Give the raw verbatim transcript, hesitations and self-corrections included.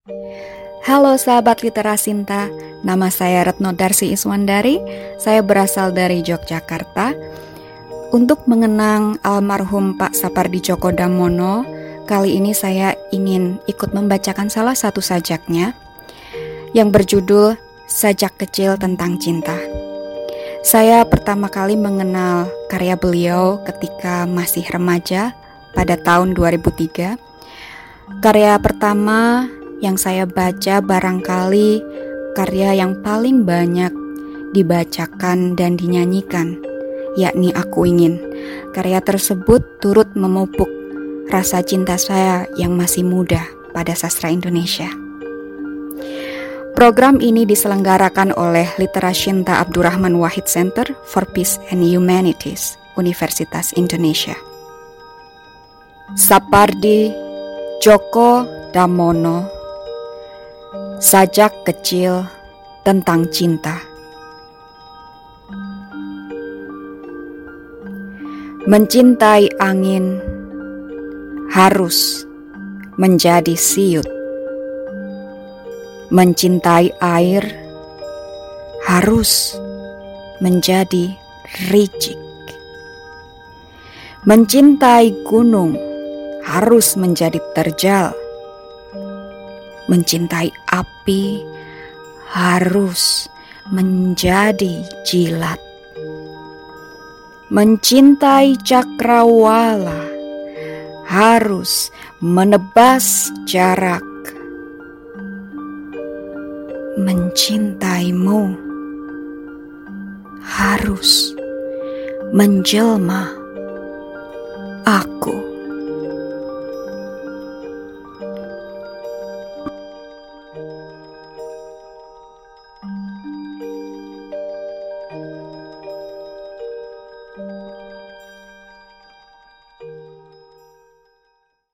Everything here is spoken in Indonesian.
Halo sahabat Literasinta, nama saya Retno Darsi Iswandari, saya berasal dari Yogyakarta. Untuk mengenang almarhum Pak Sapardi Djoko Damono, kali ini saya ingin ikut membacakan salah satu sajaknya yang berjudul Sajak Kecil Tentang Cinta. Saya pertama kali mengenal karya beliau ketika masih remaja pada tahun dua ribu tiga. Karya pertama yang saya baca barangkali karya yang paling banyak dibacakan dan dinyanyikan, yakni Aku Ingin. Karya tersebut turut memupuk rasa cinta saya yang masih muda pada sastra Indonesia. Program ini diselenggarakan oleh Literasinta Abdurrahman Wahid Center for Peace and Humanities, Universitas Indonesia. Sapardi Djoko Damono, Sajak Kecil Tentang Cinta. Mencintai angin harus menjadi siut. Mencintai air harus menjadi ricik. Mencintai gunung harus menjadi terjal. Mencintai api harus menjadi jilat. Mencintai cakrawala harus menebas jarak. Mencintaimu harus menjelma